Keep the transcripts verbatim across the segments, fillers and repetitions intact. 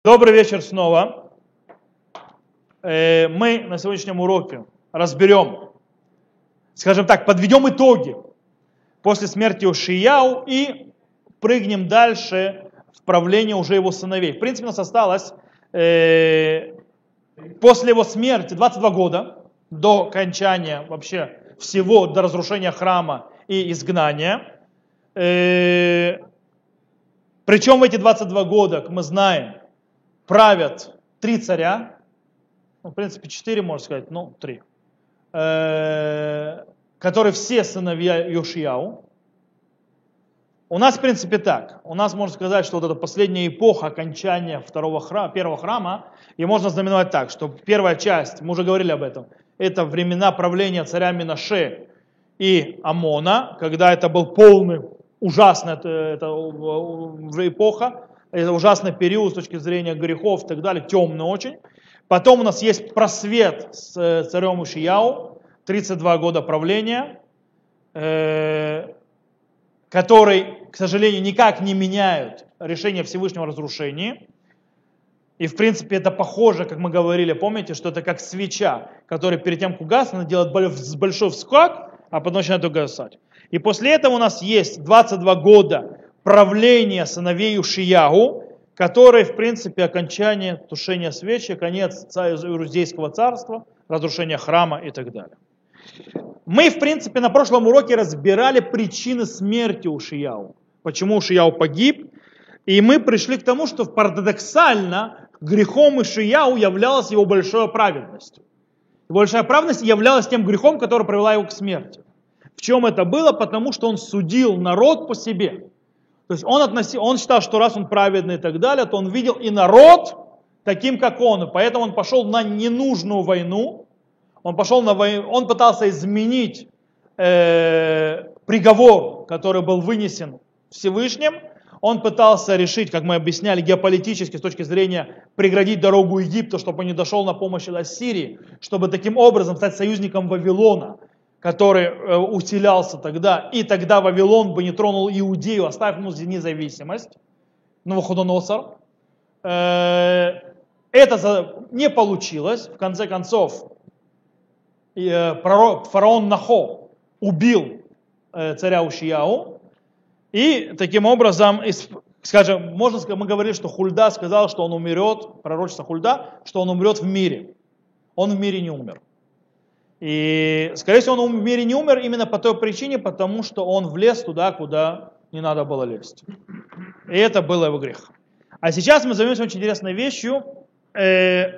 Добрый вечер снова. Мы на сегодняшнем уроке разберем, скажем так, подведем итоги после смерти Ушияу и прыгнем дальше в правление уже его сыновей. В принципе, у нас осталось э, после его смерти двадцать два года до окончания вообще всего, до разрушения храма и изгнания. Э, причем в эти двадцать два года, как мы знаем, правят три царя, ну, в принципе, четыре, можно сказать, ну, три, э, которые все сыновья Йошияу. У нас, в принципе, так. У нас можно сказать, что вот эта последняя эпоха окончания второго храма, первого храма, и можно знаменовать так, что первая часть, мы уже говорили об этом, это времена правления царя Менаше и Амона, когда это был полный, ужасный это, это, эпоха, это ужасный период с точки зрения грехов и так далее, темный очень. Потом у нас есть просвет с царем Ушияу, тридцать два года правления, э, который, к сожалению, никак не меняют решение Всевышнего о разрушении. И в принципе это похоже, как мы говорили, помните, что это как свеча, которая перед тем, как угаснет, она делает большой вскак, а потом начинает угасать. И после этого у нас есть двадцать два года правление сыновей Ушияу, которые, в принципе, окончание тушения свечи, конец Иудейского царства, разрушение храма и так далее. Мы, в принципе, на прошлом уроке разбирали причины смерти Ушияу, почему Ушияу погиб, и мы пришли к тому, что парадоксально грехом Ушияу являлась его большая праведность. Большая праведность являлась тем грехом, который привела его к смерти. В чем это было? Потому что он судил народ по себе. То есть он, относил, он считал, что раз он праведный и так далее, то он видел и народ таким, как он. И поэтому он пошел на ненужную войну. Он, пошел на войну, он пытался изменить э, приговор, который был вынесен Всевышним. Он пытался решить, как мы объясняли, геополитически, с точки зрения преградить дорогу Египту, чтобы он не дошел на помощь Ассирии, чтобы таким образом стать союзником Вавилона, который э, усилялся тогда, и тогда Вавилон бы не тронул Иудею, оставив ему независимость, Навуходоносор. Э, это не получилось. В конце концов, э, пророк, фараон Нахо убил э, царя Ушияу, и таким образом, скажем, можно сказать, мы говорили, что Хульда сказал, что он умрет, пророчество Хульда, что он умрет в мире. Он в мире не умер. И, скорее всего, он в мире не умер именно по той причине, потому что он влез туда, куда не надо было лезть. И это было его грех. А сейчас мы займемся очень интересной вещью э,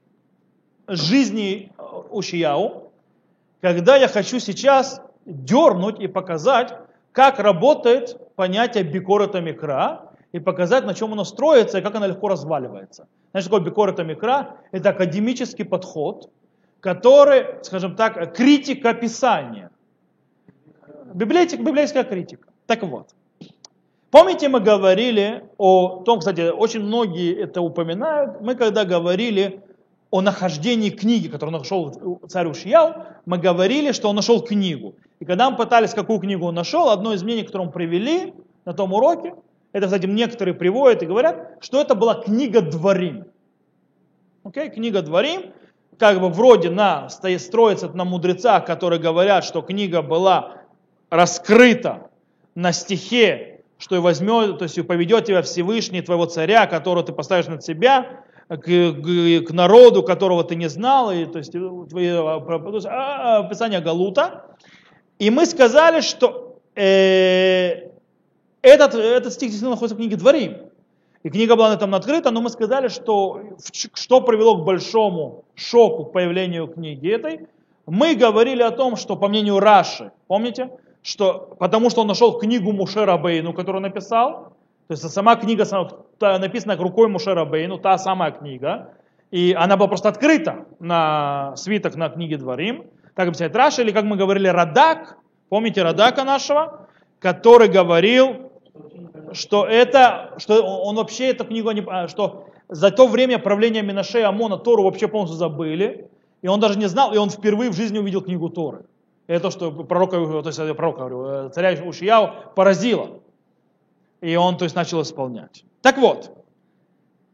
жизни Ушияу, когда я хочу сейчас дернуть и показать, как работает понятие бикората микра, и показать, на чем оно строится и как оно легко разваливается. Знаешь, что такое бикората микра? Это академический подход, который, скажем так, критика Писания. Библейская, библейская критика. Так вот. Помните, мы говорили о том, кстати, очень многие это упоминают, мы когда говорили о нахождении книги, которую нашел царь Ушияу, мы говорили, что он нашел книгу. И когда мы пытались, какую книгу он нашел, одно из мнений, которое мы привели на том уроке, это, кстати, некоторые приводят и говорят, что это была книга Дворим. Окей, книга Дворим. Как бы вроде на, строится на мудрецах, которые говорят, что книга была раскрыта на стихе, что и возьмет, то есть и поведет тебя Всевышний, твоего царя, которого ты поставишь над себя, к, к, к народу, которого ты не знал, и, то есть, твои, то есть а, описание Галута. И мы сказали, что э, этот, этот стих действительно находится в книге Дворим. И книга была там открыта, но мы сказали, что что привело к большому шоку к появлению книги этой. Мы говорили о том, что по мнению Раши, помните, что потому что он нашел книгу Моше Рабейну, которую написал, то есть сама книга написана рукой Моше Рабейну, та самая книга, и она была просто открыта на свиток на книге Дворим, так объясняет Раши, или как мы говорили, Радак, помните Радака нашего, который говорил, что это, что он вообще эту книгу, не, что за то время правления Менаше и Амона Тору вообще полностью забыли, и он даже не знал, и он впервые в жизни увидел книгу Торы. Это что пророка, то есть пророка, говорю, царя Ушияу поразило. И он, то есть, начал исполнять. Так вот,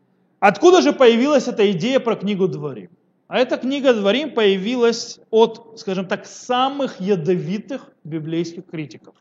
Откуда же появилась эта идея про книгу Дворим? А эта книга Дворим появилась от, скажем так, самых ядовитых библейских критиков,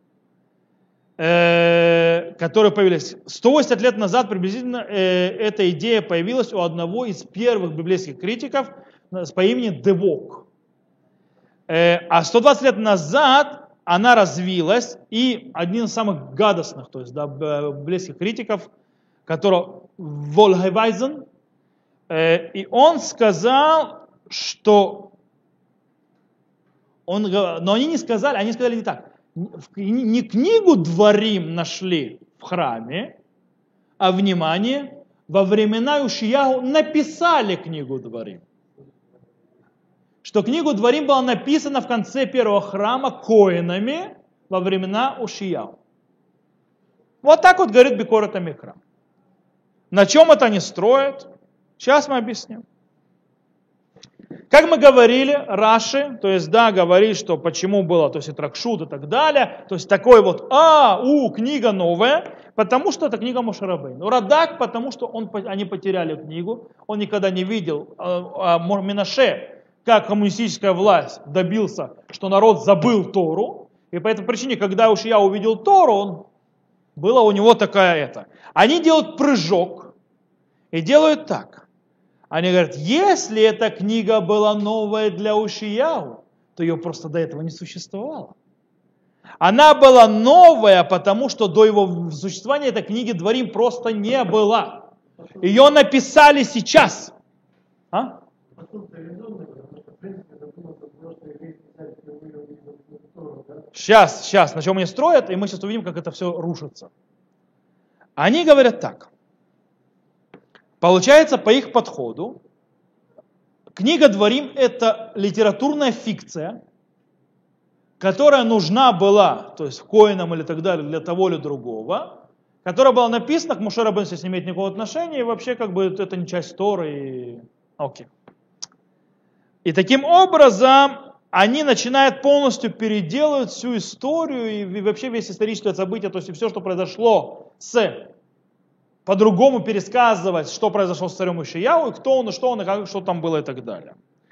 которые появились. сто восемьдесят лет назад приблизительно эта идея появилась у одного из первых библейских критиков по имени Девок. А сто двадцать лет назад она развилась, и один из самых гадостных, то есть да, библейских критиков, которого Вольхевайзен, и он сказал, что он, но они не сказали, они сказали не так. Не книгу Дворим нашли в храме, а, внимание, во времена Ушияху написали книгу Дворим. Что книгу Дворим была написана в конце первого храма коэнами во времена Ушияху. Вот так вот говорит Бикорот ха-Микра. На чем это они строят? Сейчас мы объясним. Как мы говорили, Раши, то есть, да, говорит, что почему было, то есть, Итракшут и так далее, то есть, такой вот, а, у, книга новая, потому что это книга Моше Рабейну. Радак, потому что он, они потеряли книгу, он никогда не видел а, а, Менаше, как коммунистическая власть добился, что народ забыл Тору, и по этой причине, когда уж я увидел Тору, он, была у него такая это. Они делают прыжок и делают так. Они говорят, если эта книга была новая для Ушияу, то ее просто до этого не существовало. Она была новая, потому что до его существования этой книги Дворим просто не было. Ее написали сейчас. А? Сейчас, сейчас, на чем они строят, и мы сейчас увидим, как это все рушится. Они говорят так. Получается, по их подходу, книга Дворим – это литературная фикция, которая нужна была, то есть коэнам или так далее, для того или другого, которая была написана, к Моше Рабейну здесь не имеет никакого отношения, и вообще как бы это не часть Торы. И... Окей. И таким образом они начинают полностью переделывать всю историю и вообще весь историческое событие, то есть все, что произошло с... по-другому пересказывать, что произошло с царем Ушияу, и кто он, и что он, и как, что там было и так далее.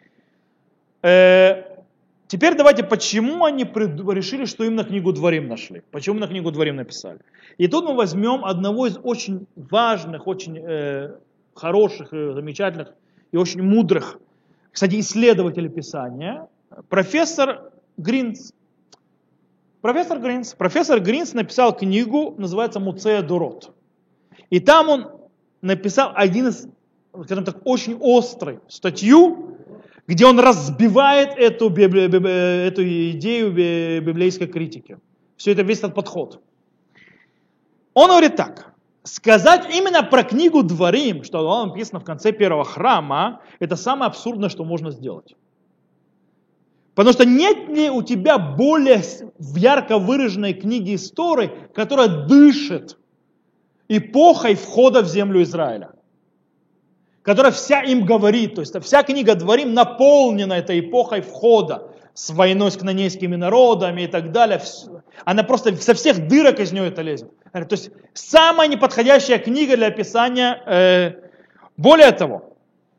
Э, теперь давайте, почему они пред... решили, что именно книгу Дворим нашли? Почему именно книгу Дворим написали? И тут мы возьмем одного из очень важных, очень э, хороших, и замечательных и очень мудрых, кстати, исследователей Писания, профессор Гринц. Профессор Гринц. Профессор Гринц написал книгу, называется «Муцея Дорот». И там он написал один из, скажем так, очень острый статью, где он разбивает эту, эту идею библейской критики. Все это, весь этот подход. Он говорит так. Сказать именно про книгу Дворим, что она написана в конце первого храма, это самое абсурдное, что можно сделать. Потому что нет ли у тебя более ярко выраженной книги истории, которая дышит эпохой входа в землю Израиля, которая вся им говорит, то есть вся книга Дворим наполнена этой эпохой входа с войной с кнаанейскими народами и так далее. Она просто со всех дырок из нее это лезет. То есть самая неподходящая книга для описания. Более того,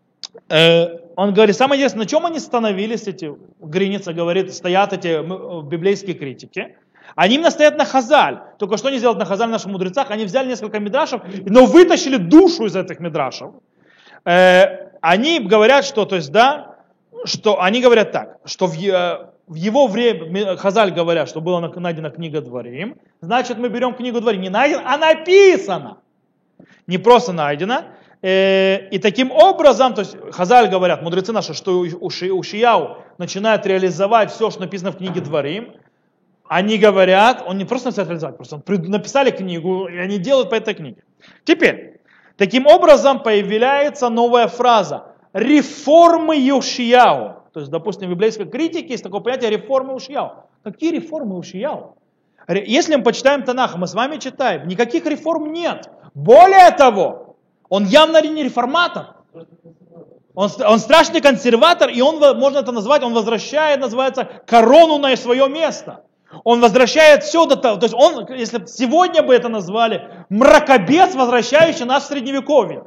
он говорит, самое интересное, на чем они становились, эти, Гриница говорит, стоят эти библейские критики. Они именно стоят на Хазаль. Только что они сделали на Хазаль в наших мудрецах? Они взяли несколько мидрашев, но вытащили душу из этих мидрашев. Э, они говорят, что, то есть, да, что они говорят так, что в, в его время, Хазаль говорят, что была найдена книга Дворим, значит мы берем книгу Дворим, не найдена, а написана. Не просто найдена. Э, и таким образом, то есть Хазаль говорят, мудрецы наши, что Ушияу начинает реализовать все, что написано в книге Дворим. Они говорят, он не просто начинает реализовать, просто написали книгу, и они делают по этой книге. Теперь, таким образом появляется новая фраза. Реформы Йошияу. То есть, допустим, в библейской критике есть такое понятие реформы Йошияу. Какие реформы Йошияу? Если мы почитаем Танах, мы с вами читаем, никаких реформ нет. Более того, он явно не реформатор. Он, он страшный консерватор, и он, можно это назвать, он возвращает, называется, корону на свое место. Он возвращает все до того, то есть он, если сегодня бы это назвали, мракобес, возвращающий нас в Средневековье.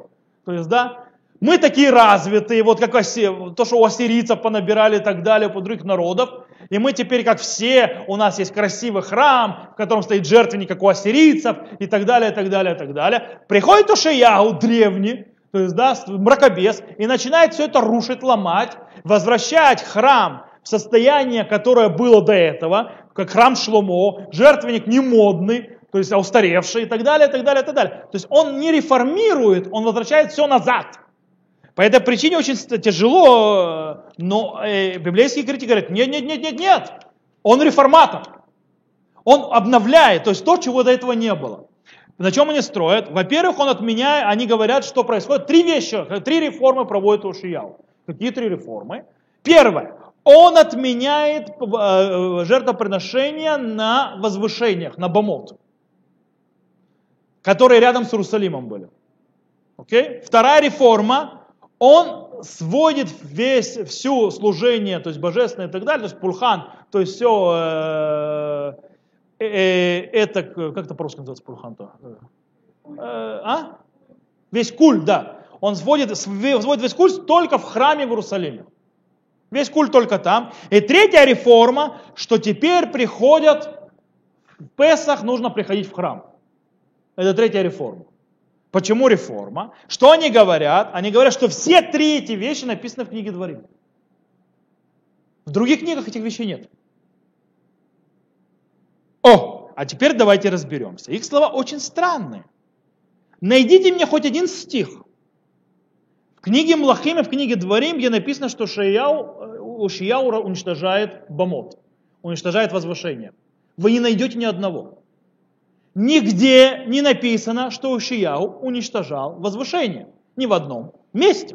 То есть, да, мы такие развитые, вот как оси, то, что у ассирийцев понабирали и так далее, у других народов, и мы теперь, как все, у нас есть красивый храм, в котором стоит жертвенник, как у ассирийцев, и так далее, и так далее, и так далее. Приходит Ошияу, древний, то есть, да, мракобес, и начинает все это рушить, ломать, возвращать храм в состояние, которое было до этого, как храм Шломо, жертвенник не модный, то есть устаревший, и так далее, и так далее, и так далее. То есть он не реформирует, он возвращает все назад. По этой причине очень тяжело, но э, библейские критики говорят, нет, нет, нет, нет, нет, он реформатор. Он обновляет, то есть то, чего до этого не было. На чем они строят? Во-первых, он отменяет, они говорят, что происходит. Три вещи, три реформы проводит Ошияу. Какие три реформы? Первое. Он отменяет жертвоприношения на возвышениях, на бамот, которые рядом с Иерусалимом были. Okay? Вторая реформа. Он сводит весь, всю служение, то есть божественное и так далее, то есть пульхан, то есть все... Э, э, это, как это по-русски называется пульхан-то? Э, а? Весь культ, да. Он сводит, сводит весь культ только в храме в Иерусалиме. Весь культ только там. И третья реформа, что теперь приходят, в Песах нужно приходить в храм. Это третья реформа. Почему реформа? Что они говорят? Они говорят, что все три эти вещи написаны в книге Дворим. В других книгах этих вещей нет. О, а теперь давайте разберемся. Их слова очень странные. Найдите мне хоть один стих в книге Млахим и в книге Дворим, где написано, что Ошияу уничтожает бамот, уничтожает возвышение. Вы не найдете ни одного. Нигде не написано, что Ошияу уничтожал возвышение. Ни в одном месте.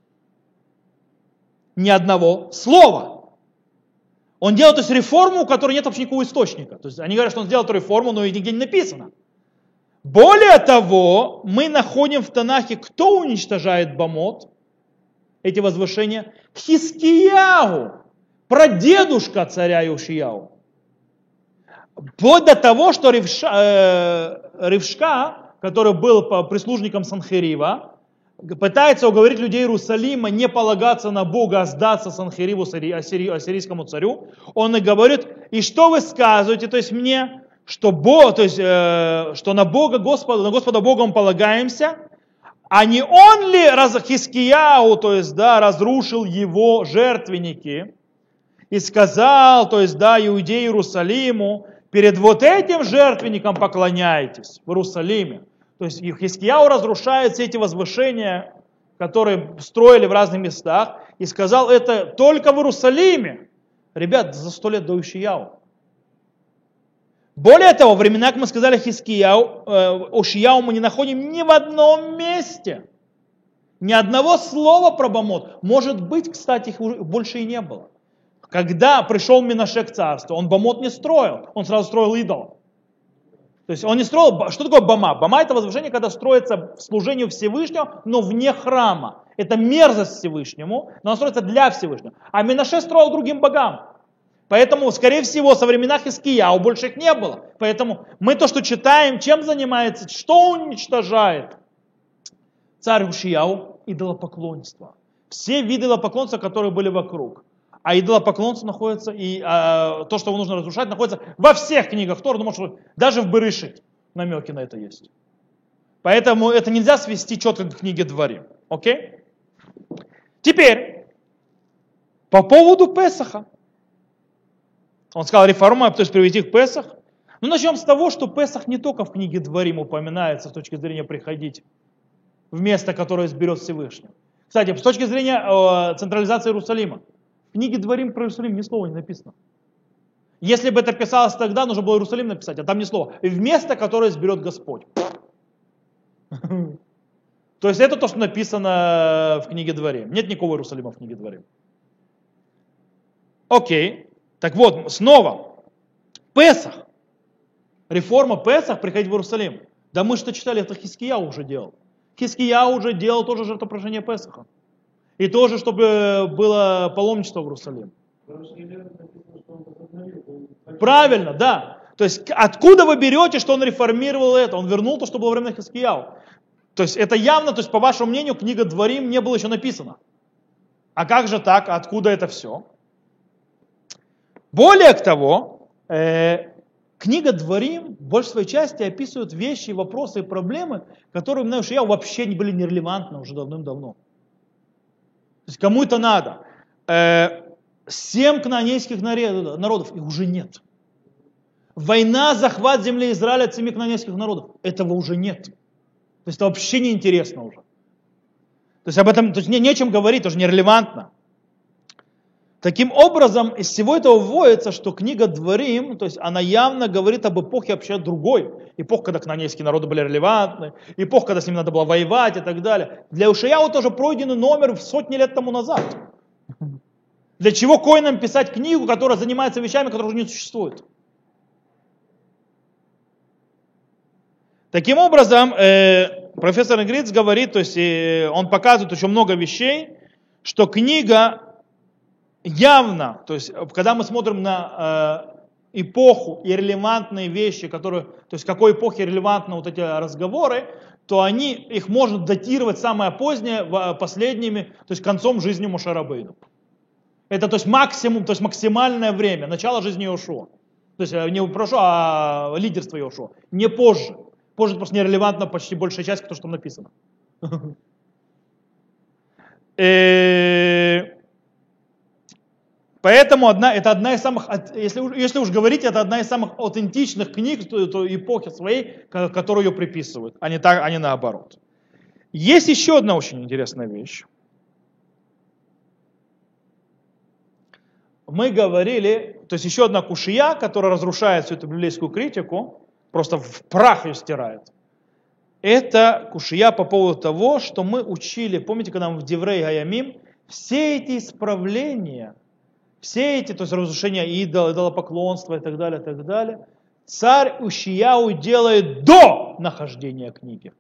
Ни одного слова. Он делает, то есть, реформу, у которой нет вообще никакого источника. То есть они говорят, что он сделал эту реформу, но и нигде не написано. Более того, мы находим в Танахе, кто уничтожает бамот, эти возвышения. Хискияу, прадедушка царя Ошияу. Вплоть до того, что Ривша, э, Рившка, который был прислужником Санхерива, пытается уговорить людей Иерусалима не полагаться на Бога, а сдаться Санхериву, ассири, ассирийскому царю. Он и говорит, и что вы сказываете, то есть мне, что, Бог, то есть, э, что на Бога, Господа, на Господа Бога мы полагаемся, а не он ли раз, Хискияу, то есть, да, разрушил его жертвенники и сказал, то есть, да, иудеи Иерусалиму, перед вот этим жертвенником поклоняйтесь в Иерусалиме. То есть Хискияу разрушает все эти возвышения, которые строили в разных местах, и сказал это только в Иерусалиме. Ребят, за сто лет до Ошияу. Более того, во времена, как мы сказали, Хискияу, э, Ошияу мы не находим ни в одном месте. Ни одного слова про бамот. Может быть, кстати, их больше и не было. Когда пришел Менаше к царству, он бамот не строил, он сразу строил идол. То есть он не строил, что такое бама? Бама это возвышение, когда строится служению Всевышнего, но вне храма. Это мерзость Всевышнему, но он строится для Всевышнего. А Менаше строил другим богам. Поэтому, скорее всего, со времена Хискияу больше их не было. Поэтому мы то, что читаем, чем занимается, что уничтожает царь Ошияу? Идолопоклонство. Все виды идолопоклонства, которые были вокруг. А идолопоклонство находится, и а, то, что его нужно разрушать, находится во всех книгах Торы, ну, может, даже в Берешит намеки на это есть. Поэтому это нельзя свести четко к книге Дворим. Окей? Теперь, по поводу Песаха. Он сказал, реформа, то есть привести к Песах. Ну, начнем с того, что Песах не только в книге Дворим упоминается с точки зрения приходить в место, которое изберет Всевышний. Кстати, с точки зрения э, централизации Иерусалима. В книге Дворим про Иерусалим ни слова не написано. Если бы это писалось тогда, нужно было Иерусалим написать, а там ни слова. И в место, которое изберет Господь. То есть это то, что написано в книге Дворим. Нет никакого Иерусалима в книге Дворим. Окей. Так вот, снова. Песах. Реформа Песах, приходить в Иерусалим. Да мы что читали, это Хискияу уже делал. Хискияу уже делал тоже жертвоприношение Песаха. И тоже, чтобы было паломничество в Иерусалим. Правильно, да. То есть откуда вы берете, что он реформировал это? Он вернул то, что было во время Хискияу. То есть это явно, то есть по вашему мнению, книга Дворим не была еще написана. А как же так? Откуда это все? Более того, э, книга Дворим в большей своей части описывает вещи, вопросы и проблемы, которые, знаешь, я вообще не были нерелевантны уже давным-давно. То есть кому это надо? Э, семь кнаанейских народов, их уже нет. Война, захват земли Израиля от семи кнаанейских народов, этого уже нет. То есть это вообще не интересно уже. То есть об этом то есть не, не о чем говорить, тоже нерелевантно. Таким образом, из всего этого выводится, что книга Дворим, то есть она явно говорит об эпохе вообще другой. Эпоха, когда кнаанейские народы были релевантны, эпоха, когда с ними надо было воевать и так далее. Для Ушаяу тоже пройденный номер в сотни лет тому назад. Для чего коинам писать книгу, которая занимается вещами, которые уже не существуют? Таким образом, э, профессор Игриц говорит, то есть э, он показывает еще много вещей, что книга явно, то есть когда мы смотрим на э, эпоху и релевантные вещи, которые, то есть какой эпохе релевантны вот эти разговоры, то они, их можно датировать самое позднее, последними, то есть концом жизни Моше Рабейну. Это то есть максимум, то есть максимальное время, начало жизни Йошуа. То есть не прошу, а лидерство Йошуа. Не позже. Позже просто нерелевантно почти большая часть, то, что там написано. Поэтому одна, это одна из самых, если, если уж говорить, это одна из самых аутентичных книг той, той эпохи своей, которую ее приписывают, а не, так, а не наоборот. Есть еще одна очень интересная вещь. Мы говорили, то есть еще одна кушия, которая разрушает всю эту библейскую критику, просто в прах ее стирает. Это кушия по поводу того, что мы учили, помните, когда мы в Деврей Гаямим, все эти исправления, все эти, то есть разрушения идола, идолопоклонства и так далее, и так далее, царь Ушияу делает до нахождения книги.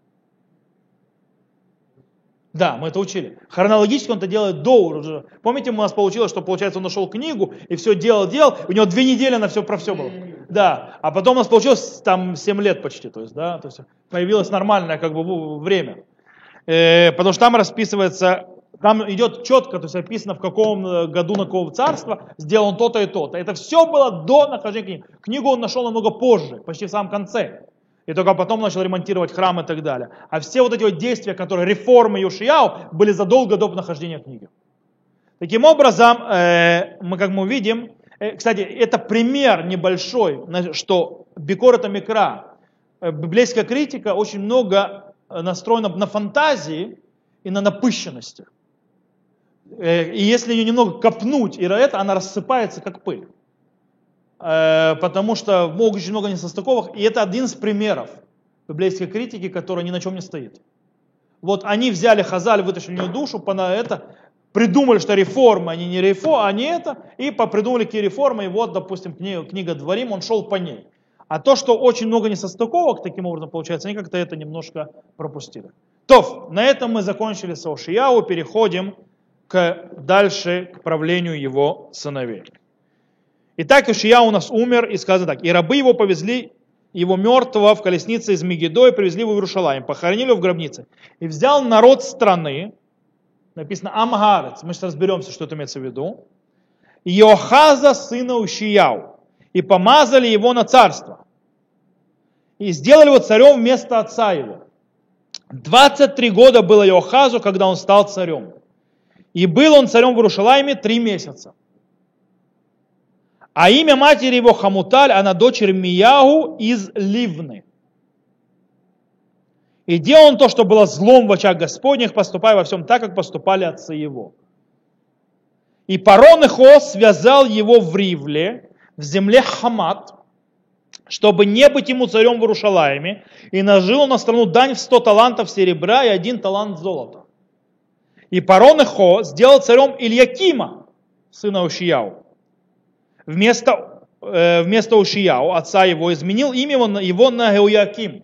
Да, мы это учили. Хронологически он это делает до уже. Помните, у нас получилось, что получается он нашел книгу и все делал, делал, у него две недели на все про все было. Да, а потом у нас получилось там семь лет почти, то есть, да, то есть появилось нормальное как бы время. Э, потому что там расписывается, там идет четко, то есть описано, в каком году на какого царства сделан то-то и то-то. Это все было до нахождения книги. Книгу он нашел намного позже, почти в самом конце. И только потом начал ремонтировать храм и так далее. А все вот эти вот действия, которые реформы Йошияу, были задолго до нахождения книги. Таким образом, э, мы как мы видим, э, кстати, это пример небольшой, что Бикорат Микра, э, библейская критика очень много настроена на фантазии и на напыщенности. Э, и если ее немного копнуть, и это, она рассыпается как пыль. Потому что очень много несостыковок, и это один из примеров библейской критики, которая ни на чем не стоит. Вот они взяли Хазаль, вытащили у него душу, на это, придумали, что реформы, они не реформы, они это, и придумали какие реформы, и вот, допустим, книга, книга Дворим, он шел по ней. А то, что очень много несостыковок, таким образом получается, они как-то это немножко пропустили. То, на этом мы закончили с Ошияу, переходим к, дальше к правлению его сыновей. Итак, Ишия у нас умер, и сказано так, и рабы его повезли, его мертвого в колеснице из Мегидо, и привезли его в Иерушалаим, похоронили его в гробнице. И взял народ страны, написано Амгарец, мы сейчас разберемся, что это имеется в виду, Иохаза, сына Ушияу, и помазали его на царство. И сделали его царем вместо отца его. двадцать три года было Иохазу, когда он стал царем. И был он царем в Иерушалаиме три месяца. А имя матери его Хамуталь, она дочерь Миягу из Ливны. И делал он то, что было злом в очах Господних, поступая во всем так, как поступали отцы его. И Парон Ихо связал его в Ривле, в земле Хамат, чтобы не быть ему царем в Иерушалаиме, и нажил на страну дань в сто талантов серебра и один талант золота. И Парон Ихо сделал царем Ильякима, сына Ушияу. Вместо, э, вместо Ушияу, отца его, изменил имя его, его на Еояким.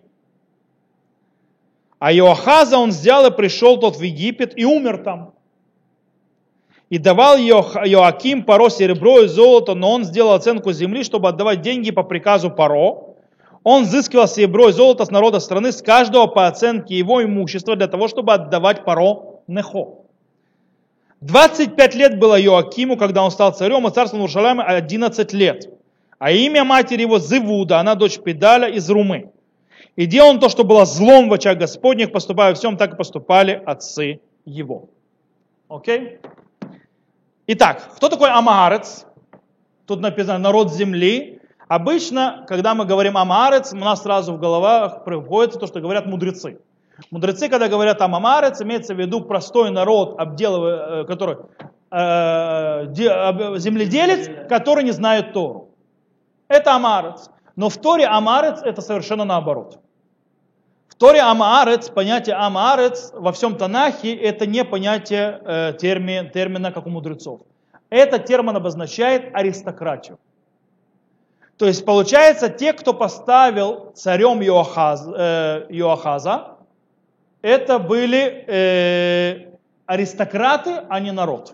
А Иохаза он взял и пришел тот в Египет и умер там. И давал Иоаким Паро серебро и золото, но он сделал оценку земли, чтобы отдавать деньги по приказу Паро. Он взыскивал серебро и золото с народа страны, с каждого по оценке его имущества, для того, чтобы отдавать Паро Нехо. двадцать пять лет было Йоакиму, когда он стал царем, и царствовал в Иерусалиме одиннадцать лет. А имя матери его Зевуда, она дочь Педаля из Румы. И делал он то, что было злом в очах Господних, поступая во всем, так и поступали отцы его. Окей? Итак, кто такой Амаарец? Тут написано народ земли. Обычно, когда мы говорим Амаарец, у нас сразу в головах приходится то, что говорят мудрецы. Мудрецы, когда говорят Амаарец, имеется в виду простой народ, обделывая, который э, земледелец, который не знает Тору. Это Амаарец. Но в Торе Амаарец это совершенно наоборот. В Торе Амаарец, понятие Амаарец во всем Танахе, это не понятие э, термин, термина, как у мудрецов. Этот термин обозначает аристократию. То есть получается, те, кто поставил царем Йоахаз, э, Йоахаза, это были э, аристократы, а не народ.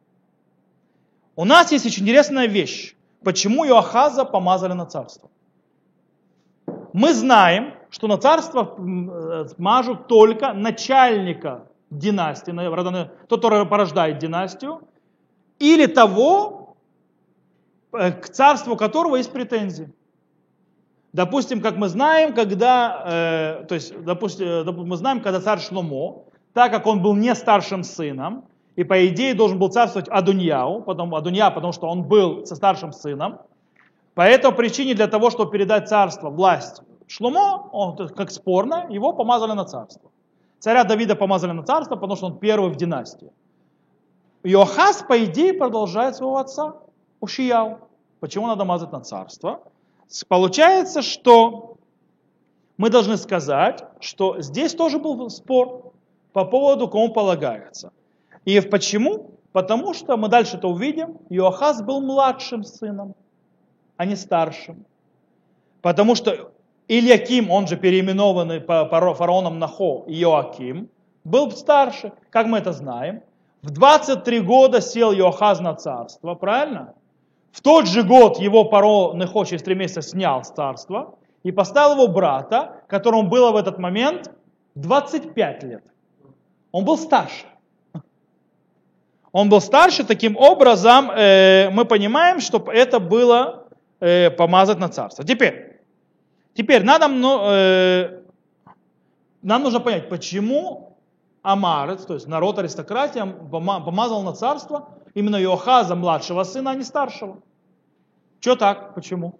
У нас есть очень интересная вещь. Почему Йоахаза помазали на царство? Мы знаем, что на царство мажут только начальника династии, тот, который порождает династию, или того, к царству которого есть претензии. Допустим, как мы знаем, когда, э, то есть, допустим, мы знаем, когда царь Шломо, так как он был не старшим сыном, и по идее должен был царствовать Адуньяу, потом Адунья, потому что он был со старшим сыном, по этой причине для того, чтобы передать царство, власть Шломо, он, как спорно, его помазали на царство. Царя Давида помазали на царство, потому что он первый в династии. Йоахаз, по идее, продолжает своего отца, Ушияу. Почему надо мазать на царство? Получается, что мы должны сказать, что здесь тоже был спор по поводу, кому полагается. И почему? Потому что мы дальше это увидим, Йоахаз был младшим сыном, а не старшим. Потому что Ильяким, он же переименованный по фараоном Нахо, Йоаким, был старше. Как мы это знаем? В двадцать три года сел Йоахаз на царство, правильно? В тот же год его Паро Нехо через три месяца снял с царства и поставил его брата, которому было в этот момент двадцать пять лет. Он был старше. Он был старше, таким образом э, мы понимаем, что это было э, помазать на царство. Теперь, теперь надо, ну, э, нам нужно понять, почему Амаарец, то есть народ аристократия, помазал на царство именно Йоахаза, младшего сына, а не старшего. Что так? Почему?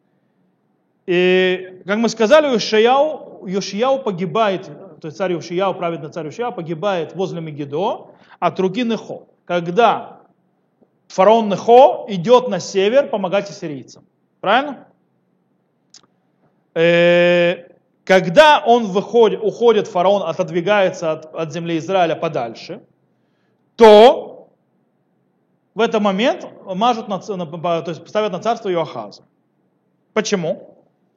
И, как мы сказали, Йошияу, Йошияу погибает, то есть царь Йошияу, праведный царь Йошияу, погибает возле Мегидо от руки Нехо. Когда фараон Нехо идет на север помогать ассирийцам. Правильно? Э, когда он выходит, уходит, фараон отодвигается от, от земли Израиля подальше, то в этот момент мажут на, то есть ставят на царство Йоахаза. Почему?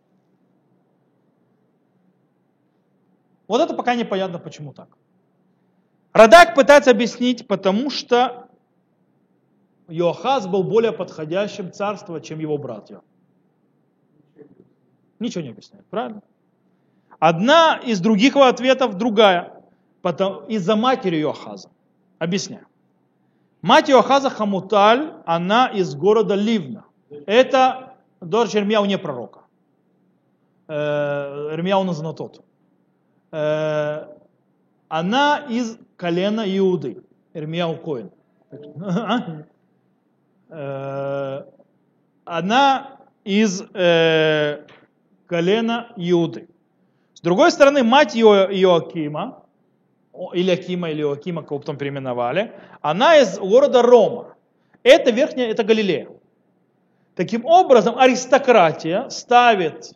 Вот это пока непонятно, почему так. Радак пытается объяснить, потому что Йоахаз был более подходящим царством, чем его братья. Ничего не объясняет, правильно? Одна из других ответов другая. Из-за матери Йоахаза. Объясняю. Мать Йоахаза Хамуталь, она из города Ливна. Это дочь Ирмияу, не пророка. Ирмияу Назанатот. Она из колена Иуды. Ирмияу Коэн. Она из колена Иуды. С другой стороны, мать Иоакима, Ильякима или Иоакима, кого потом переименовали, она из города Рома. Это верхняя, это Галилея. Таким образом, аристократия ставит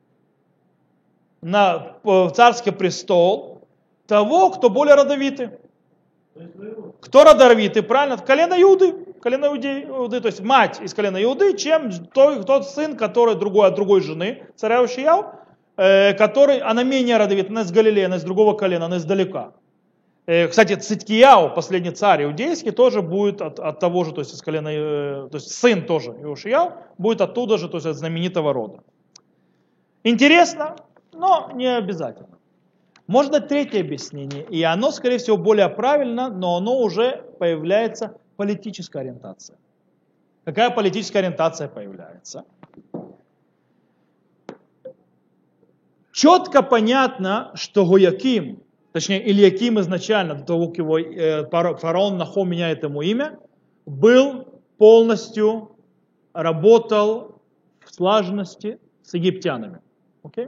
на царский престол того, кто более родовитый. Кто родовитый, правильно? Колено Иуды. Колено Иуды, то есть мать из колена Иуды, чем тот, тот сын, который другой от другой жены, царя Ушияу, э, который, она менее родовита, она из Галилеи, она из другого колена, она издалека. Э, кстати, Циткияу, последний царь иудейский, тоже будет от, от того же, то есть из колена, э, то есть сын тоже Ушияу, будет оттуда же, то есть от знаменитого рода. Интересно, но не обязательно. Можно третье объяснение, и оно, скорее всего, более правильно, но оно уже появляется политическая ориентация. Какая политическая ориентация появляется? Четко понятно, что Гояким, точнее Ильяким изначально, до того, как его э, фараон Нахо меняет ему имя, был полностью, работал в слаженности с египтянами. Okay?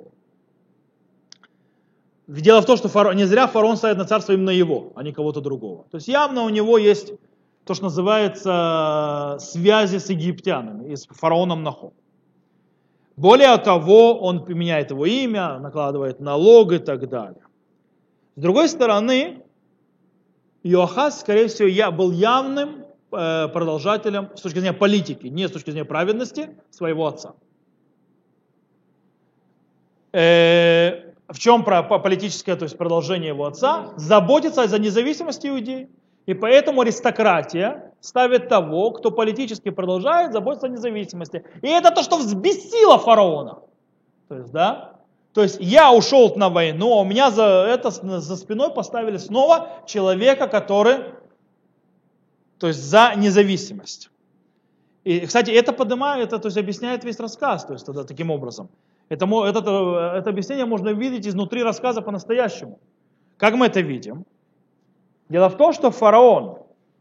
Дело в том, что фараон, не зря фараон ставит на царство именно его, а не кого-то другого. То есть явно у него есть то, что называется связи с египтянами и с фараоном Нахо. Более того, он меняет его имя, накладывает налог и так далее. С другой стороны, Иоахаз, скорее всего, я был явным продолжателем с точки зрения политики, не с точки зрения праведности своего отца. В чем политическое, то есть продолжение его отца? Заботиться за независимость иудеи. И поэтому аристократия ставит того, кто политически продолжает заботиться о независимости. И это то, что взбесило фараона. То есть, да? То есть я ушел на войну, а у меня за, это, за спиной поставили снова человека, который, то есть за независимость. И, кстати, это поднимает, это, то есть объясняет весь рассказ, то есть тогда, таким образом. Это, это, это объяснение можно видеть изнутри рассказа по-настоящему. Как мы это видим? Дело в том, что фараон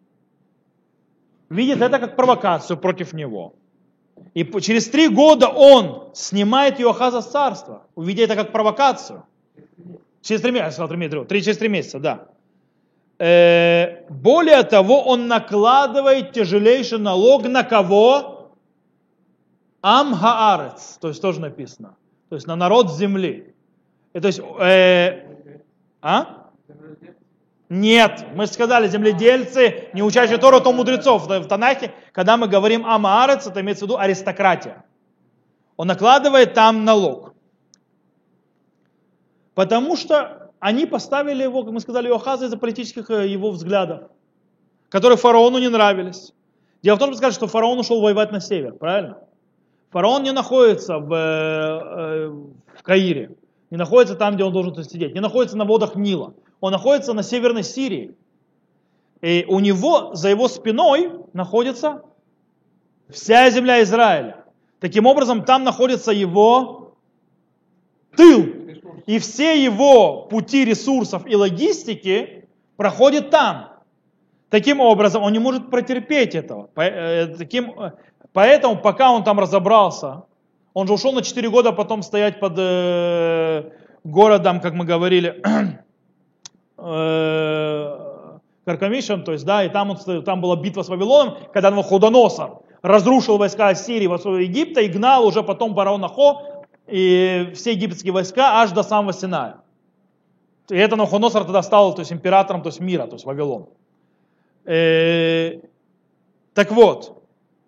видит это как провокацию против него. И через три года он снимает Иоахаза с царства, увидя это как провокацию. Через три месяца, три, через три месяца, да. Э, более того, он накладывает тяжелейший налог на кого? Ам Хаарец, то есть тоже написано. То есть на народ земли. И, то есть, э, а? Нет, мы же сказали, земледельцы, не учащие Тору, то мудрецов. В Танахе, когда мы говорим Ам Хаарец, это имеется в виду аристократия. Он накладывает там налог. Потому что они поставили его, как мы сказали, Иоахаза из-за политических его взглядов, которые фараону не нравились. Дело в том, что сказали, что фараон ушел воевать на север, правильно? Фараон не находится в, э, в Каире, не находится там, где он должен сидеть, не находится на водах Нила. Он находится на северной Сирии. И у него, за его спиной, находится вся земля Израиля. Таким образом, там находится его тыл. И все его пути ресурсов и логистики проходят там. Таким образом, он не может протерпеть этого. Таким, поэтому, пока он там разобрался, он же ушел на четыре года потом стоять под э, городом, как мы говорили, Каркамишем, то есть, да, и там, он, там была битва с Вавилоном, когда Навуходоносор разрушил войска Ассирии во Египта и гнал уже потом фараон Нахо и все египетские войска аж до самого Синая. И это Навуходоносор тогда стал, то есть, императором, то есть, мира, то есть Вавилон. Э, так вот,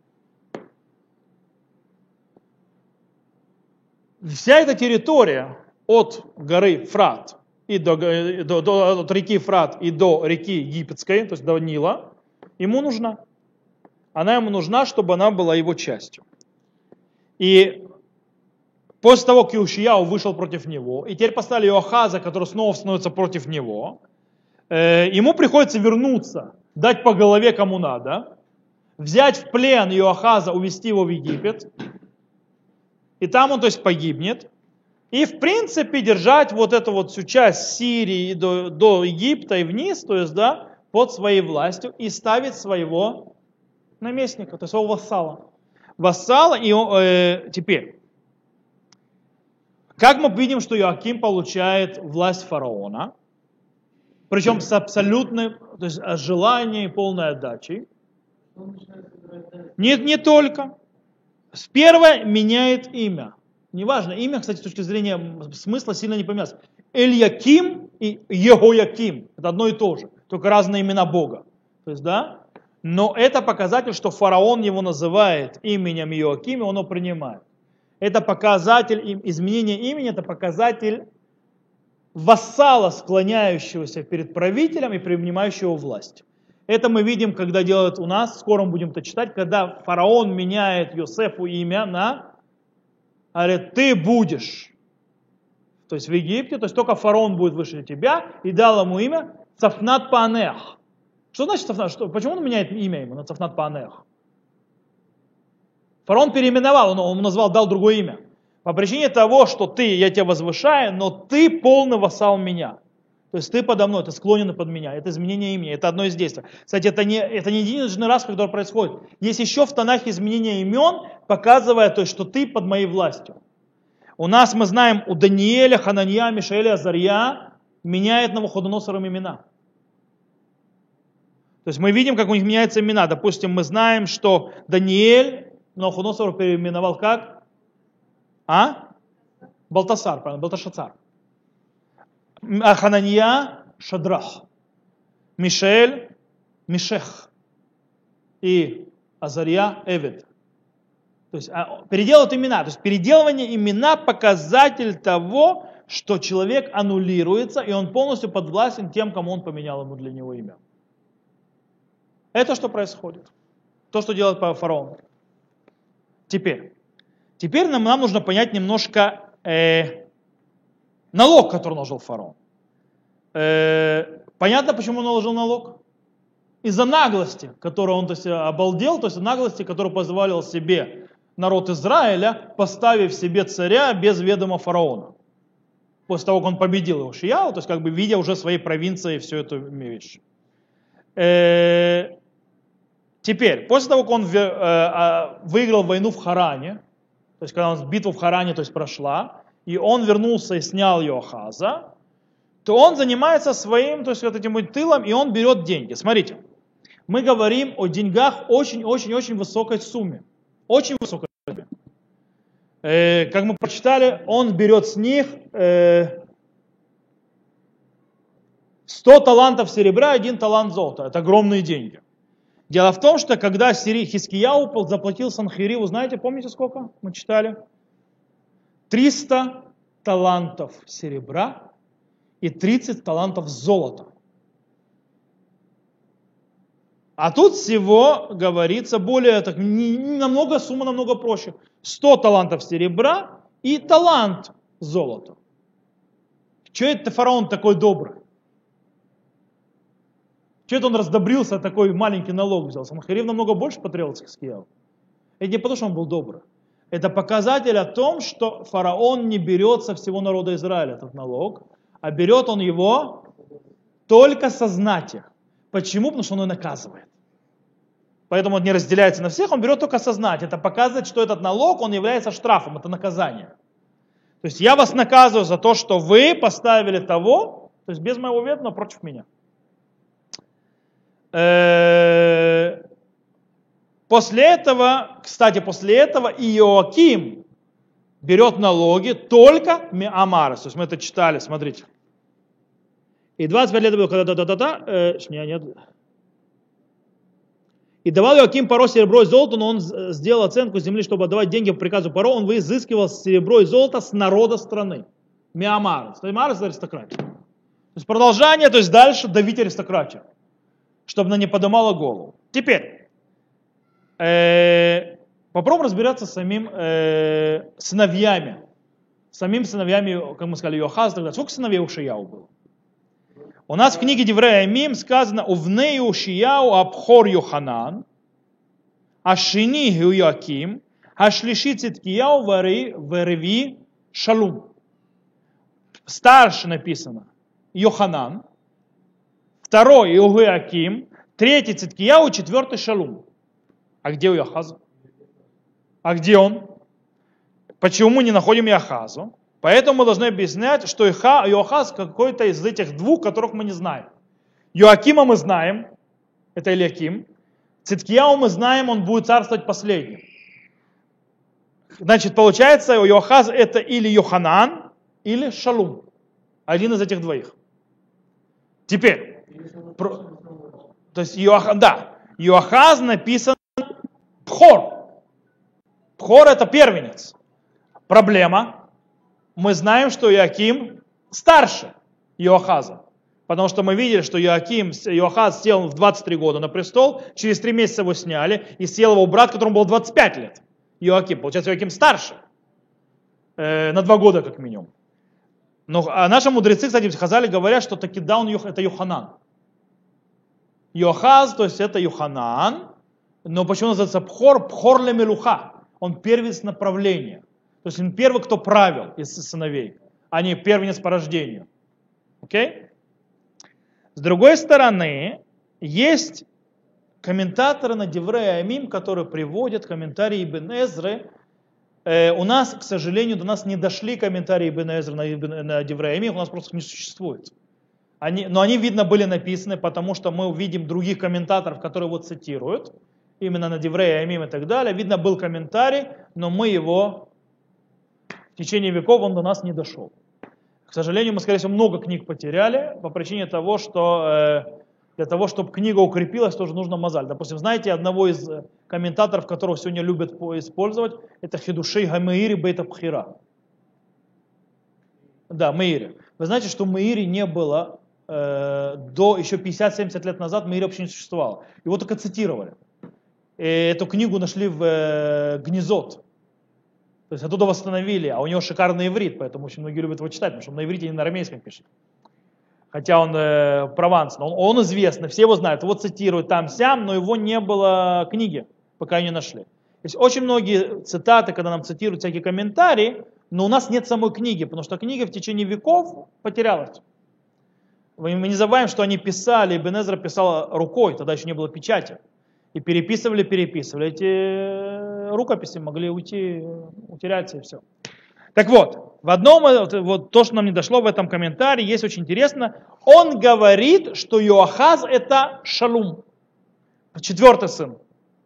вся эта территория от горы Фрат и до, до, до, от реки Фрат и до реки Египетской, то есть до Нила, ему нужна. Она ему нужна, чтобы она была его частью. И после того, как Иошияу вышел против него, и теперь поставили Иоахаза, который снова становится против него, э, ему приходится вернуться, дать по голове кому надо, взять в плен Иоахаза, увезти его в Египет, и там он, то есть, погибнет. И, в принципе, держать вот эту вот всю часть Сирии до, до Египта и вниз, то есть, да, под своей властью, и ставить своего наместника, то есть своего вассала. Вассала, и э, теперь, как мы видим, что Иоаким получает власть фараона, причем с абсолютной, то есть, желанием и полной отдачей. Нет, не только. С первой меняет имя. Неважно, имя, кстати, с точки зрения смысла сильно не поменялось. Эльяким и Егояким. Это одно и то же, только разные имена Бога. То есть, да? Но это показатель, что фараон его называет именем Иоаким, и он его принимает. Это показатель изменения имени, это показатель вассала, склоняющегося перед правителем и принимающего власть. Это мы видим, когда делают у нас, скоро мы будем это читать, когда фараон меняет Йосефу имя на, говорит, ты будешь то есть в Египте, то есть только фараон будет выше тебя, и дал ему имя Цафнат Паанех. Что значит Цафнат? Что, почему он меняет имя ему на Цафнат Паанех? Фараон переименовал, он, он назвал, дал другое имя. По причине того, что ты, я тебя возвышаю, но ты полный вассал меня. То есть ты подо мной, ты склонен под меня. Это изменение имени, это одно из действий. Кстати, это не, это не единственный раз, когда это происходит. Есть еще в Танахе изменение имен, показывая, то есть, что ты под моей властью. У нас, мы знаем, у Даниэля, Хананья, Мишаэля, Азарья меняет Навуходоносором имена. То есть мы видим, как у них меняются имена. Допустим, мы знаем, что Даниэль Навуходоносор переименовал как? А? Балтасар, правильно, Балташацар. А Хананья Шадрах. Мишель Мишех. И Азарья Эвед. То есть переделывают имена. То есть переделывание имена показатель того, что человек аннулируется, и он полностью подвластен тем, кому он поменял ему для него имя. Это что происходит. То, что делает фараон. Теперь. Теперь нам, нам нужно понять немножко э, налог, который наложил фараон. Э, понятно, почему он наложил налог? Из-за наглости, которой он то есть, обалдел, то есть наглости, которую позволил себе народ Израиля, поставив себе царя без ведома фараона. После того, как он победил Иошияу, то есть как бы видя уже своей провинции всю эту вещь. Э, теперь, после того, как он э, выиграл войну в Харане, то есть когда он битву в Харане то есть, прошла, и он вернулся и снял Иоахаза, то он занимается своим, то есть вот этим тылом, и он берет деньги. Смотрите, мы говорим о деньгах очень-очень-очень высокой сумме. Очень высокой сумме. Э, как мы прочитали, он берет с них э, сто талантов серебра и один талант золота. Это огромные деньги. Дело в том, что когда Хискияу заплатил Санхирибу, знаете, помните сколько мы читали? триста талантов серебра и тридцать талантов золота. А тут всего говорится более, так, не, не намного, сумма намного проще. сто талантов серебра и талант золота. Чего это фараон такой добрый? Чего это он раздобрился, такой маленький налог взял? Санхериб намного больше потребовался к Хискияу. Это не потому, что он был добрый. Это показатель о том, что фараон не берет со всего народа Израиля этот налог, а берет он его только со знати. Почему? Потому что он его наказывает. Поэтому он не разделяется на всех, он берет только со знати. Это показывает, что этот налог, он является штрафом, это наказание. То есть я вас наказываю за то, что вы поставили того, то есть без моего ведома против меня. После этого, кстати, после этого Иоаким берет налоги только Меамарес. То есть мы это читали, смотрите. И двадцать пять лет было, когда да-да-да-да, э, нет. И давал Иоаким Паро серебро и золото, но он сделал оценку земли, чтобы отдавать деньги по приказу Паро, он изыскивал серебро и золото с народа страны. Меамарес. Меамарес это аристократия. То есть продолжение, то есть дальше давить аристократию, чтобы она не поднимала голову. Теперь, э, попробуем разбираться с самим э, сыновьями. Самим сыновьями, как мы сказали, Иоахаз, тогда сколько сыновей у Шияу было? У нас в книге Деврея Мим сказано «Увней Ушияу Абхор Йоханан, Ашини Иоаким, Ашлиши Циткияу Вереви Шалум». Старше написано Йоханан, второй Иоаким, третий Циткияу, четвертый Шалум. А где Иоахаз? А где он? Почему мы не находим Иоахазу? Поэтому мы должны объяснять, что Иоахаз какой-то из этих двух, которых мы не знаем. Иоакима мы знаем, это Илиаким. Циткияу мы знаем, он будет царствовать последним. Значит, получается, Иоахаз это или Йоханан, или Шалум. Один из этих двоих. Теперь, про, то есть Иоахаз, да, Иоахаз написан Пхор. Пхор это первенец. Проблема. Мы знаем, что Иоаким старше Иоахаза. Потому что мы видели, что Иоаким, Иоахаз сел в двадцать три года на престол, через три месяца его сняли, и сел его брат, которому было двадцать пять лет. Иоаким. Получается, Иоаким старше. Э, на два года как минимум. Но а наши мудрецы, кстати, Хазали говорят, что таки да, он это Йоханан. Йохаз, то есть это Йоханан, но почему называется Пхор? Пхор ле мелуха. Он первенец направления. То есть он первый, кто правил из сыновей, а не первенец по рождению. Окей? С другой стороны, есть комментаторы на Деврей Амим, которые приводят комментарии Ибн Эзры. Э, у нас, к сожалению, до нас не дошли комментарии Ибн Эзры на, на Деврей Амим, у нас просто не существует. Они, но они, видно, были написаны, потому что мы увидим других комментаторов, которые его цитируют, именно на Деврей Амим и так далее. Видно, был комментарий, но мы его в течение веков, он до нас не дошел. К сожалению, мы, скорее всего, много книг потеряли по причине того, что э, для того, чтобы книга укрепилась, тоже нужно мозаль. Допустим, знаете, одного из комментаторов, которого сегодня любят использовать, это Хидушей Гамеири Бейт Абхира. Да, Меири. Вы знаете, что Меири не было э, до еще пятьдесят-семьдесят лет назад, Меири вообще не существовало. Его только цитировали. И эту книгу нашли в э, Гнезот. То есть оттуда восстановили, а у него шикарный иврит, поэтому очень многие любят его читать, потому что он на иврите, не на арамейском пишет. Хотя он э, прованс, но он, он известный, все его знают, его цитируют там-сям, но его не было книги, пока не нашли. Есть очень многие цитаты, когда нам цитируют всякие комментарии, но у нас нет самой книги, потому что книга в течение веков потерялась. Мы не забываем, что они писали, Ибн Эзра писал рукой, тогда еще не было печати. И переписывали, переписывали. Эти рукописи могли уйти, утеряться и все. Так вот, в одном, вот то, что нам не дошло в этом комментарии, есть очень интересно. Он говорит, что Йоахаз это Шалум, четвертый сын.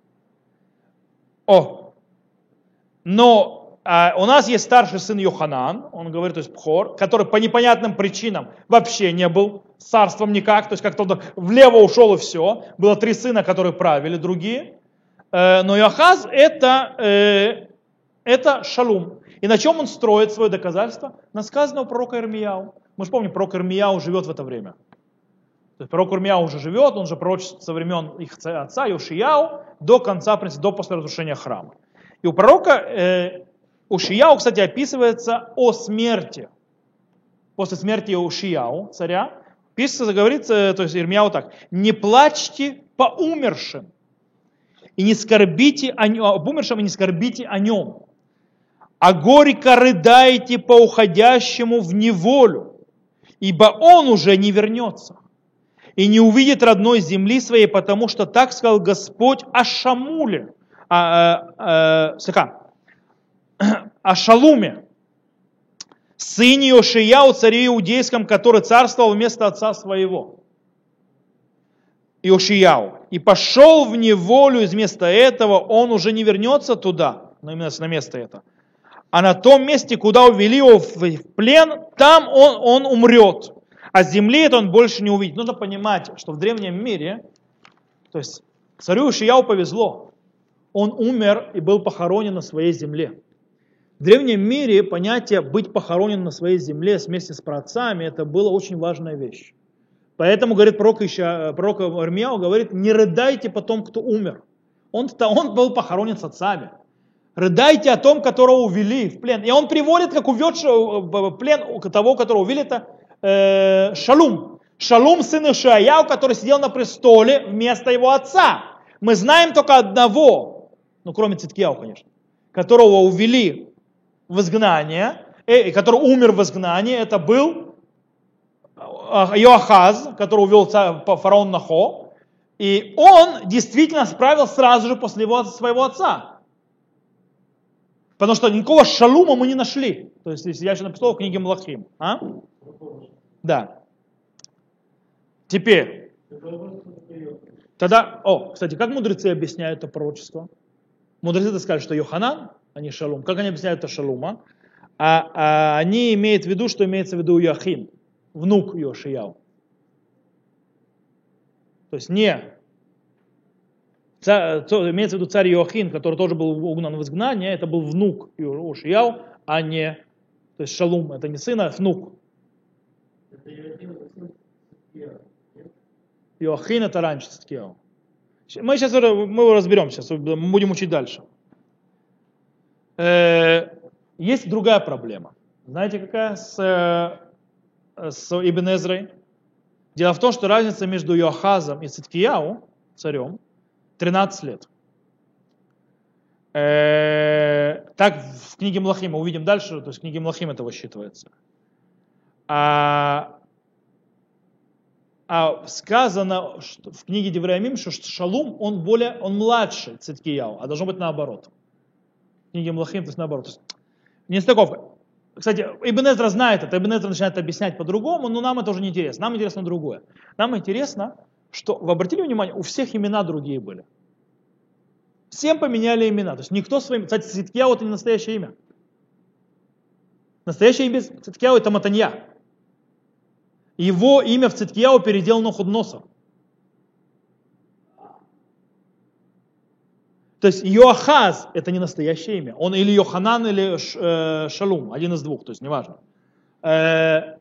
О, но а, у нас есть старший сын Йоханан, он говорит, то есть Пхор, который по непонятным причинам вообще не был царством никак, то есть как-то он влево ушел и все. Было три сына, которые правили, другие. Э, но Йоахаз это, э, это Шалум. И на чем он строит свое доказательство? На сказанного пророка Ирмияу. Мы же помним, пророк Ирмияу живет в это время. То есть пророк Ирмияу уже живет, он же пророчествует со времен их отца Йошияу до конца, в принципе, до после разрушения храма. И у пророка э, Ушияу, кстати, описывается о смерти. После смерти Ушияу, царя, пишется, говорится, то есть Ирмияу так: не плачьте по умершим и не скорбите о, об умершем и не скорбите о нем, а горько рыдайте по уходящему в неволю, ибо он уже не вернется и не увидит родной земли своей, потому что так сказал Господь о Шамуле, о, о, о, о Шалуме, сыне Йошияу, царе иудейском, который царствовал вместо отца своего, Йошияу, и пошел в неволю, и вместо этого он уже не вернется туда, но именно на место это, а на том месте, куда увели его в плен, там он, он умрет, а земли это он больше не увидит. Нужно понимать, что в древнем мире, то есть царю Йошияу повезло, он умер и был похоронен на своей земле. В древнем мире понятие быть похоронен на своей земле вместе с праотцами, это была очень важная вещь. Поэтому, говорит пророк, пророк Ирмияу, говорит, не рыдайте по том, кто умер. Он, он был похоронен с отцами. Рыдайте о том, которого увели в плен. И он приводит, как уведшего в плен того, которого увели, это э, Шалум. Шалум, сын Ишаяу, который сидел на престоле вместо его отца. Мы знаем только одного, ну кроме Циткияу, конечно, которого увели в изгнание, э, который умер в изгнании, это был Йоахаз, который увел фараон Нахо, и он действительно справил сразу же после его, своего отца. Потому что никакого Шалума мы не нашли. То есть, если я еще написал в книге Млахим. А? Да. Теперь. Тогда, о, кстати, как мудрецы объясняют это пророчество? Мудрецы сказали, что Йоханан, а не Шалум. Как они объясняют это Шалума? А, а они имеют в виду, что имеется в виду Йоахим, внук Йошияу. То есть не царь, имеется в виду царь Йоахин, который тоже был угнан в изгнание, это был внук Йошияу, а не, то есть Шалум, это не сын, а внук. Йоахин это раньше Циткияу. Мы сейчас мы его разберем, сейчас мы будем учить дальше. Есть другая проблема. Знаете, какая? С с Ибн Эзрой. Дело в том, что разница между Йоахазом и Циткияу, царем, тринадцать лет. Э, так в книге Млахим, мы увидим дальше, то есть в книге Млахим это высчитывается. А, а сказано что, в книге Девреямим, что Шалум, он более, он младше Циткияу, а должно быть наоборот. В книге Млахим, то есть наоборот. То есть, не стыковка. Кстати, Ибн Эзра знает это, Ибн Эзра начинает объяснять по-другому, но нам это уже не интересно. Нам интересно другое. Нам интересно, что, вы обратили внимание, у всех имена другие были. Всем поменяли имена. То есть никто своим... Кстати, Циткияу это не настоящее имя. Настоящее имя Циткияу это Матанья. Его имя в Циткияу переделано Навуходоносор. То есть Йоахаз это не настоящее имя. Он или Йоханан, или э, Шалум, один из двух, то есть неважно. Э,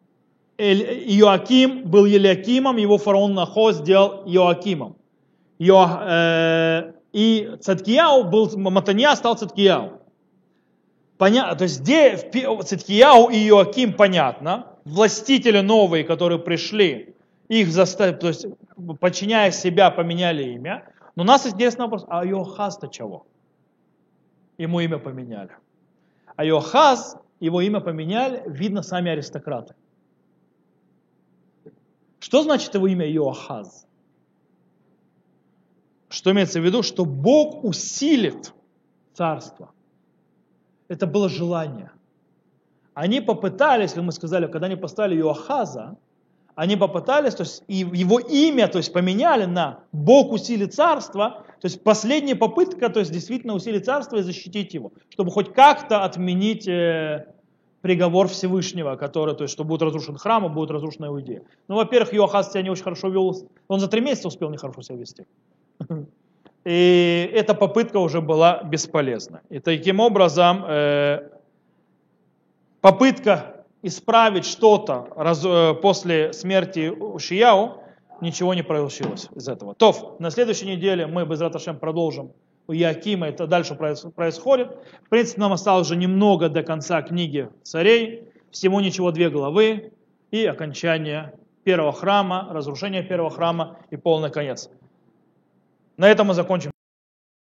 Иоаким был Елиакимом, его фараон Нахо сделал Иоакимом. Йо, э, и Циткияу был, Матанья стал Циткияу. Понятно, то есть где Циткияу и Иоаким понятно. Властители новые, которые пришли, их заставили, то есть подчиняя себя, поменяли имя. Но у нас интересный вопрос, а Йоахаз-то чего? Ему имя поменяли. А Йоахаз, его имя поменяли, видно, сами аристократы. Что значит его имя Йоахаз? Что имеется в виду? Что Бог усилит царство. Это было желание. Они попытались, как мы сказали, когда они поставили Йоахаза, они попытались, то есть и его имя, то есть поменяли на Бог усилит царство, то есть последняя попытка, то есть действительно усилить царство и защитить его, чтобы хоть как-то отменить э, приговор Всевышнего, который, то есть что будет разрушен храм, и будет разрушена Иудея. Ну, во-первых, Йоахаз себя не очень хорошо вел, он за три месяца успел нехорошо себя вести. И эта попытка уже была бесполезна. И таким образом э, попытка исправить что-то раз, э, после смерти Ушияу, ничего не получилось из этого. То, на следующей неделе мы без Раташем продолжим у Иоакима, это дальше происходит. В принципе, нам осталось уже немного до конца книги царей, всего ничего две главы и окончание первого храма, разрушение первого храма и полный конец. На этом мы закончим.